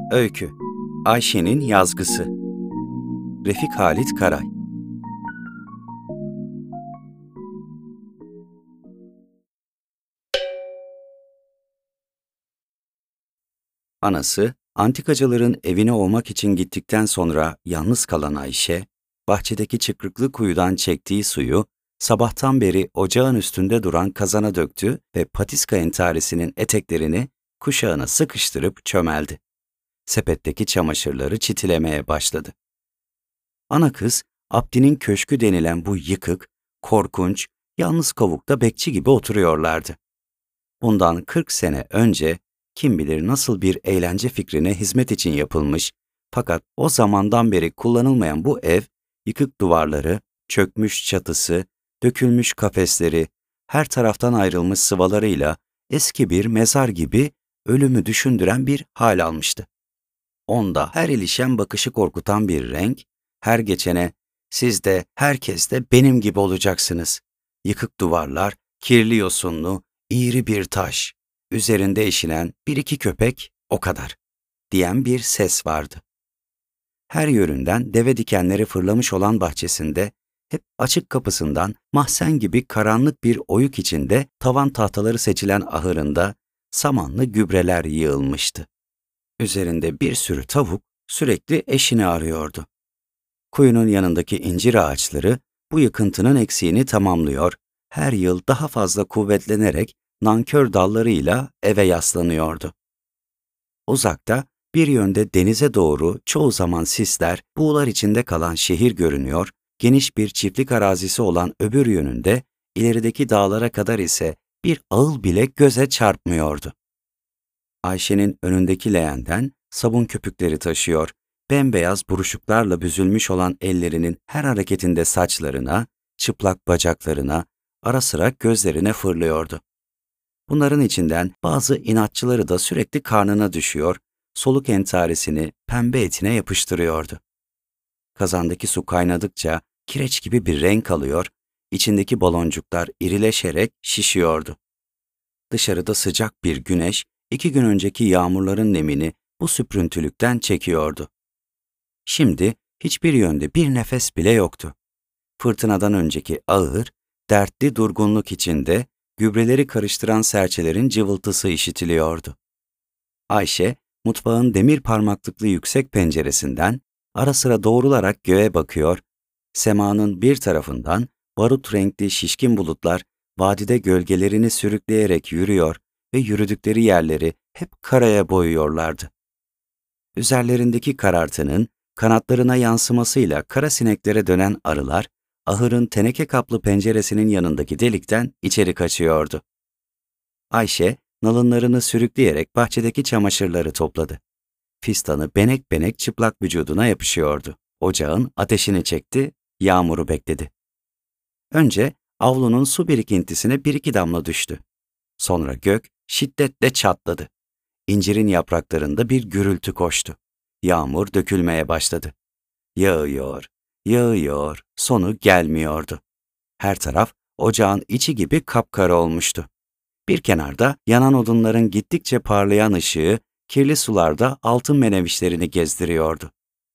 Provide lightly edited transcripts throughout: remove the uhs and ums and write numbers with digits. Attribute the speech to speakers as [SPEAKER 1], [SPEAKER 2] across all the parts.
[SPEAKER 1] Öykü Ayşe'nin yazgısı. Refik Halit Karay. Anası, antikacıların evine olmak için gittikten sonra yalnız kalan Ayşe, bahçedeki çıkrıklı kuyudan çektiği suyu sabahtan beri ocağın üstünde duran kazana döktü ve patiska entarisinin eteklerini kuşağına sıkıştırıp çömeldi. Sepetteki çamaşırları çitilemeye başladı. Ana kız, Abdi'nin köşkü denilen bu yıkık, korkunç, yalnız kovukta bekçi gibi oturuyorlardı. Bundan 40 sene önce kim bilir nasıl bir eğlence fikrine hizmet için yapılmış, fakat o zamandan beri kullanılmayan bu ev, yıkık duvarları, çökmüş çatısı, dökülmüş kafesleri, her taraftan ayrılmış sıvalarıyla eski bir mezar gibi ölümü düşündüren bir hal almıştı. Onda her ilişen bakışı korkutan bir renk, her geçene "Siz de, herkes de benim gibi olacaksınız. Yıkık duvarlar, kirli yosunlu, iğri bir taş, üzerinde eşinen bir iki köpek, o kadar" diyen bir ses vardı. Her yönünden deve dikenleri fırlamış olan bahçesinde, hep açık kapısından mahzen gibi karanlık bir oyuk içinde tavan tahtaları seçilen ahırında samanlı gübreler yığılmıştı. Üzerinde bir sürü tavuk sürekli eşini arıyordu. Kuyunun yanındaki incir ağaçları bu yıkıntının eksiğini tamamlıyor, her yıl daha fazla kuvvetlenerek nankör dallarıyla eve yaslanıyordu. Uzakta, bir yönde denize doğru çoğu zaman sisler, buğular içinde kalan şehir görünüyor, geniş bir çiftlik arazisi olan öbür yönünde, ilerideki dağlara kadar ise bir ağıl bile göze çarpmıyordu. Ayşe'nin önündeki leğenden sabun köpükleri taşıyor, bembeyaz buruşuklarla büzülmüş olan ellerinin her hareketinde saçlarına, çıplak bacaklarına, ara sıra gözlerine fırlıyordu. Bunların içinden bazı inatçıları da sürekli karnına düşüyor, soluk entarisini pembe etine yapıştırıyordu. Kazandaki su kaynadıkça kireç gibi bir renk alıyor, içindeki baloncuklar irileşerek şişiyordu. Dışarıda sıcak bir güneş, 2 gün önceki yağmurların nemini bu süprüntülükten çekiyordu. Şimdi hiçbir yönde bir nefes bile yoktu. Fırtınadan önceki ağır, dertli durgunluk içinde gübreleri karıştıran serçelerin cıvıltısı işitiliyordu. Ayşe, mutfağın demir parmaklıklı yüksek penceresinden ara sıra doğrularak göğe bakıyor, semanın bir tarafından barut renkli şişkin bulutlar vadide gölgelerini sürükleyerek yürüyor ve yürüdükleri yerleri hep karaya boyuyorlardı. Üzerlerindeki karartının kanatlarına yansımasıyla kara sineklere dönen arılar, ahırın teneke kaplı penceresinin yanındaki delikten içeri kaçıyordu. Ayşe, nalınlarını sürükleyerek bahçedeki çamaşırları topladı. Fistanı benek benek çıplak vücuduna yapışıyordu. Ocağın ateşini çekti, yağmuru bekledi. Önce avlunun su birikintisine bir iki damla düştü. Sonra gök şiddetle çatladı. İncirin yapraklarında bir gürültü koştu. Yağmur dökülmeye başladı. Yağıyor, yağıyor, sonu gelmiyordu. Her taraf ocağın içi gibi kapkara olmuştu. Bir kenarda yanan odunların gittikçe parlayan ışığı kirli sularda altın menevişlerini gezdiriyordu.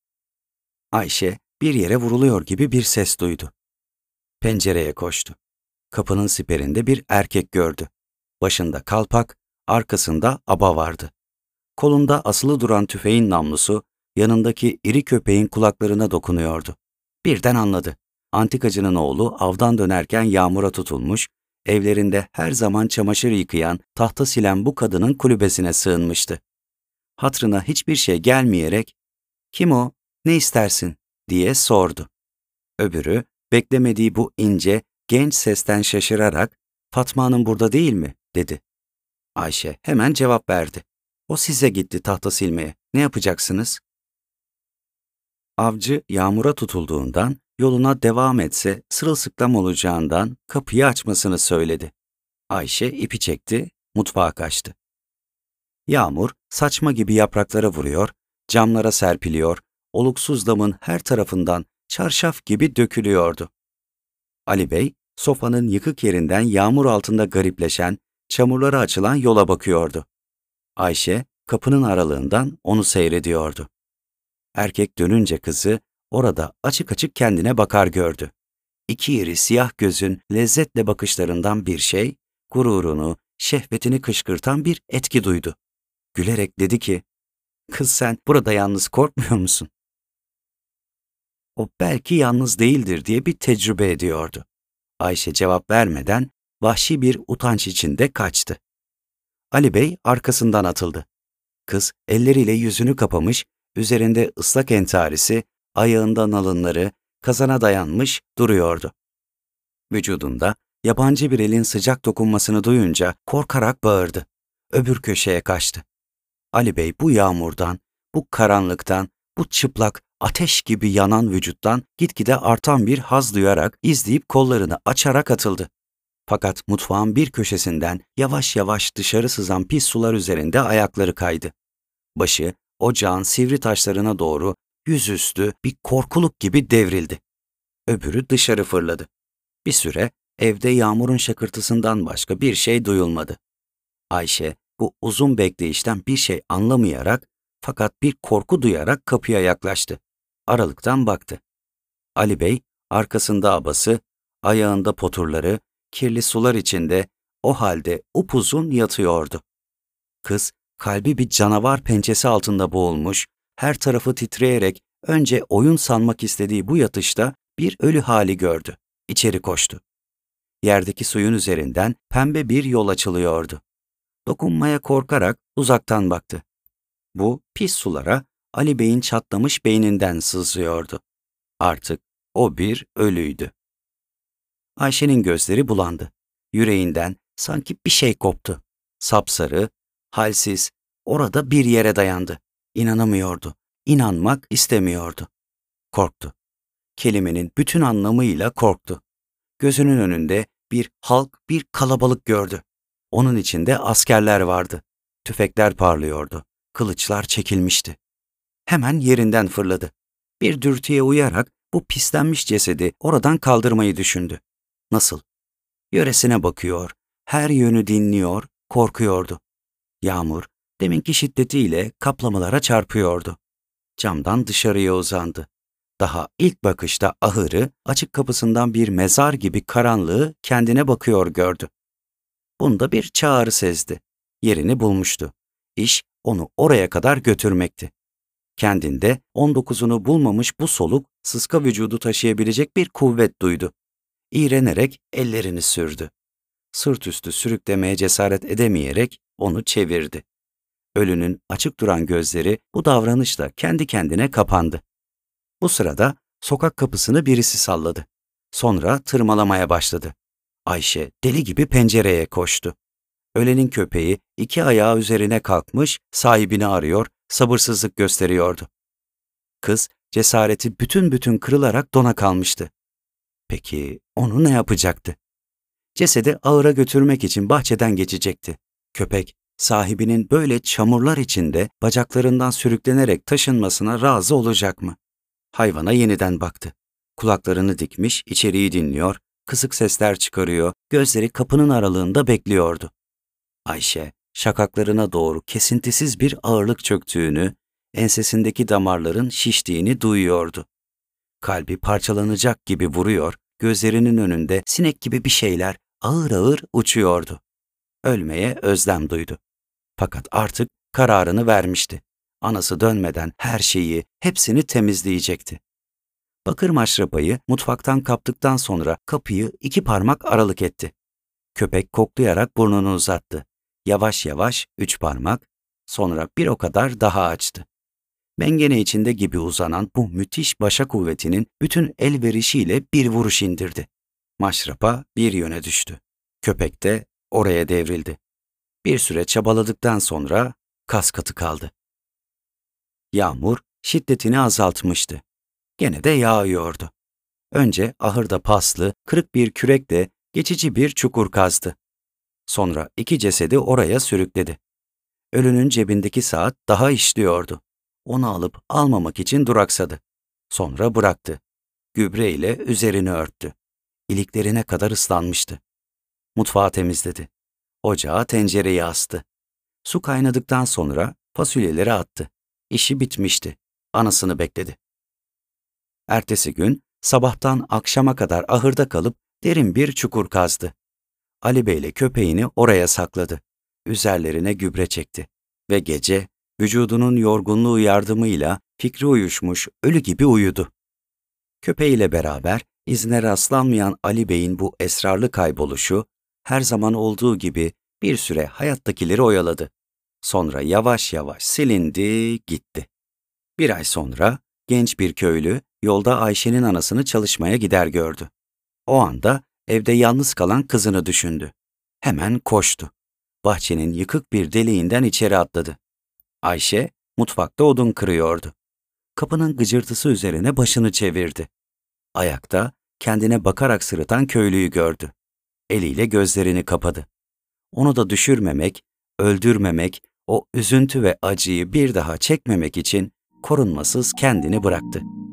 [SPEAKER 1] Ayşe bir yere vuruluyor gibi bir ses duydu. Pencereye koştu. Kapının siperinde bir erkek gördü. Başında kalpak, arkasında aba vardı. Kolunda asılı duran tüfeğin namlusu, yanındaki iri köpeğin kulaklarına dokunuyordu. Birden anladı. Antikacının oğlu avdan dönerken yağmura tutulmuş, evlerinde her zaman çamaşır yıkayan, tahta silen bu kadının kulübesine sığınmıştı. Hatrına hiçbir şey gelmeyerek, "Kim o, ne istersin?" diye sordu. Öbürü, beklemediği bu ince, genç sesten şaşırarak, "Fatma Hanım burada değil mi?" dedi. Ayşe hemen cevap verdi. "O size gitti tahta silmeye. Ne yapacaksınız?" Avcı yağmura tutulduğundan, yoluna devam etse sırılsıklam olacağından kapıyı açmasını söyledi. Ayşe ipi çekti, mutfağa kaçtı. Yağmur saçma gibi yapraklara vuruyor, camlara serpiliyor, oluksuz damın her tarafından çarşaf gibi dökülüyordu. Ali Bey, sofanın yıkık yerinden yağmur altında garipleşen, çamurlara açılan yola bakıyordu. Ayşe, kapının aralığından onu seyrediyordu. Erkek dönünce kızı orada açık açık kendine bakar gördü. İki iri siyah gözün lezzetle bakışlarından bir şey, gururunu, şehvetini kışkırtan bir etki duydu. Gülerek dedi ki, "Kız sen burada yalnız korkmuyor musun?" O belki yalnız değildir diye bir tecrübe ediyordu. Ayşe cevap vermeden vahşi bir utanç içinde kaçtı. Ali Bey arkasından atıldı. Kız elleriyle yüzünü kapamış, üzerinde ıslak entarisi, ayağında nalınları, kazana dayanmış duruyordu. Vücudunda yabancı bir elin sıcak dokunmasını duyunca korkarak bağırdı. Öbür köşeye kaçtı. Ali Bey bu yağmurdan, bu karanlıktan, bu çıplak, ateş gibi yanan vücuttan gitgide artan bir haz duyarak izleyip kollarını açarak atıldı. Fakat mutfağın bir köşesinden yavaş yavaş dışarı sızan pis sular üzerinde ayakları kaydı. Başı ocağın sivri taşlarına doğru yüzüstü bir korkuluk gibi devrildi. Öbürü dışarı fırladı. Bir süre evde yağmurun şakırtısından başka bir şey duyulmadı. Ayşe bu uzun bekleyişten bir şey anlamayarak fakat bir korku duyarak kapıya yaklaştı. Aralıktan baktı. Ali Bey arkasında abası, ayağında poturları, kirli sular içinde o halde upuzun yatıyordu. Kız kalbi bir canavar pençesi altında boğulmuş, her tarafı titreyerek önce oyun sanmak istediği bu yatışta bir ölü hali gördü. İçeri koştu. Yerdeki suyun üzerinden pembe bir yol açılıyordu. Dokunmaya korkarak uzaktan baktı. Bu pis sulara Ali Bey'in çatlamış beyninden sızıyordu. Artık o bir ölüydü. Ayşe'nin gözleri bulandı. Yüreğinden sanki bir şey koptu. Sapsarı, halsiz, orada bir yere dayandı. İnanamıyordu. İnanmak istemiyordu. Korktu. Kelimenin bütün anlamıyla korktu. Gözünün önünde bir halk, bir kalabalık gördü. Onun içinde askerler vardı. Tüfekler parlıyordu. Kılıçlar çekilmişti. Hemen yerinden fırladı. Bir dürtüye uyarak bu pislenmiş cesedi oradan kaldırmayı düşündü. Nasıl? Yöresine bakıyor, her yönü dinliyor, korkuyordu. Yağmur, deminki şiddetiyle kaplamalara çarpıyordu. Camdan dışarıya uzandı. Daha ilk bakışta ahırı, açık kapısından bir mezar gibi karanlığı kendine bakıyor gördü. Bunda bir çağrı sezdi. Yerini bulmuştu. İş onu oraya kadar götürmekti. Kendinde 19'unu bulmamış bu soluk, sıska vücudu taşıyabilecek bir kuvvet duydu. İğrenerek ellerini sürdü. Sırt üstü sürüklemeye cesaret edemeyerek onu çevirdi. Ölünün açık duran gözleri bu davranışla kendi kendine kapandı. Bu sırada sokak kapısını birisi salladı. Sonra tırmalamaya başladı. Ayşe deli gibi pencereye koştu. Ölenin köpeği iki ayağı üzerine kalkmış, sahibini arıyor, sabırsızlık gösteriyordu. Kız cesareti bütün kırılarak dona kalmıştı. Peki onu ne yapacaktı? Cesedi ahıra götürmek için bahçeden geçecekti. Köpek sahibinin böyle çamurlar içinde bacaklarından sürüklenerek taşınmasına razı olacak mı? Hayvana yeniden baktı. Kulaklarını dikmiş, içeriği dinliyor, kısık sesler çıkarıyor, gözleri kapının aralığında bekliyordu. Ayşe, şakaklarına doğru kesintisiz bir ağırlık çöktüğünü, ensesindeki damarların şiştiğini duyuyordu. Kalbi parçalanacak gibi vuruyor, gözlerinin önünde sinek gibi bir şeyler ağır ağır uçuyordu. Ölmeye özlem duydu. Fakat artık kararını vermişti. Anası dönmeden her şeyi, hepsini temizleyecekti. Bakır maşrapayı mutfaktan kaptıktan sonra kapıyı 2 parmak aralık etti. Köpek koklayarak burnunu uzattı. Yavaş yavaş 3 parmak, sonra bir o kadar daha açtı. Mengene içinde gibi uzanan bu müthiş başa kuvvetinin bütün elverişiyle bir vuruş indirdi. Maşrapa bir yöne düştü. Köpek de oraya devrildi. Bir süre çabaladıktan sonra kaskatı kaldı. Yağmur şiddetini azaltmıştı. Gene de yağıyordu. Önce ahırda paslı, kırık bir kürekle geçici bir çukur kazdı. Sonra 2 cesedi oraya sürükledi. Ölünün cebindeki saat daha işliyordu. Onu alıp almamak için duraksadı. Sonra bıraktı. Gübre ile üzerini örttü. İliklerine kadar ıslanmıştı. Mutfağı temizledi. Ocağa tencereyi astı. Su kaynadıktan sonra Fasulyeleri attı. İşi bitmişti. Anasını bekledi. Ertesi gün sabahtan akşama kadar ahırda kalıp derin bir çukur kazdı. Ali Bey ile köpeğini oraya sakladı. Üzerlerine gübre çekti. Ve gece vücudunun yorgunluğu yardımıyla fikri uyuşmuş, ölü gibi uyudu. Köpeğiyle beraber izine rastlanmayan Ali Bey'in bu esrarlı kayboluşu her zaman olduğu gibi bir süre hayattakileri oyaladı. Sonra yavaş yavaş silindi, gitti. Bir ay sonra genç bir köylü yolda Ayşe'nin anasını çalışmaya gider gördü. O anda evde yalnız kalan kızını düşündü. Hemen koştu. Bahçenin yıkık bir deliğinden içeri atladı. Ayşe mutfakta odun kırıyordu. Kapının gıcırtısı üzerine başını çevirdi. Ayakta kendine bakarak sırıtan köylüyü gördü. Eliyle gözlerini kapadı. Onu da düşürmemek, öldürmemek, o üzüntü ve acıyı bir daha çekmemek için korunmasız kendini bıraktı.